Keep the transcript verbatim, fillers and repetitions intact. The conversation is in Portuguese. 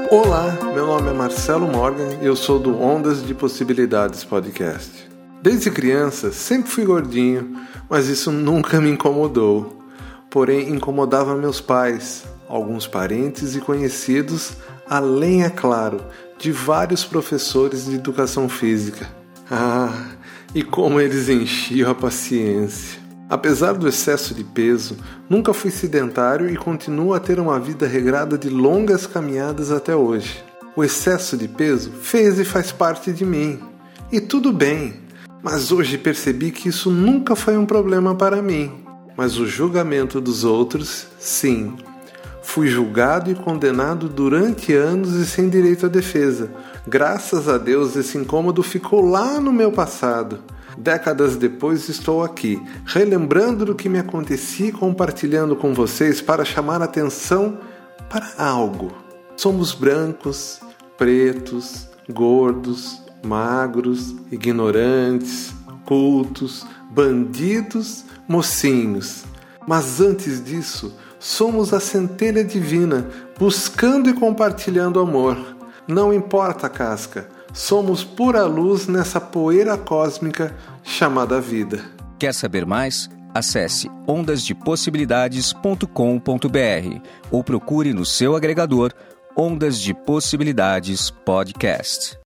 Olá, meu nome é Marcelo Morgan e eu sou do Ondas de Possibilidades Podcast. Desde criança sempre fui gordinho, mas isso nunca me incomodou. Porém, incomodava meus pais, alguns parentes e conhecidos, além, é claro, de vários professores de educação física. Ah, e como eles enchiam a paciência. Apesar do excesso de peso, nunca fui sedentário e continuo a ter uma vida regrada de longas caminhadas até hoje. O excesso de peso fez e faz parte de mim. E tudo bem, mas hoje percebi que isso nunca foi um problema para mim. Mas o julgamento dos outros, sim. Fui julgado e condenado durante anos e sem direito à defesa. Graças a Deus esse incômodo ficou lá no meu passado. Décadas depois estou aqui, relembrando do que me acontecia e compartilhando com vocês para chamar atenção para algo. Somos brancos, pretos, gordos, magros, ignorantes, cultos, bandidos, mocinhos. Mas antes disso, somos a centelha divina, buscando e compartilhando amor. Não importa a casca. Somos pura luz nessa poeira cósmica chamada vida. Quer saber mais? Acesse ondas de possibilidades ponto com ponto b r ou procure no seu agregador Ondas de Possibilidades Podcast.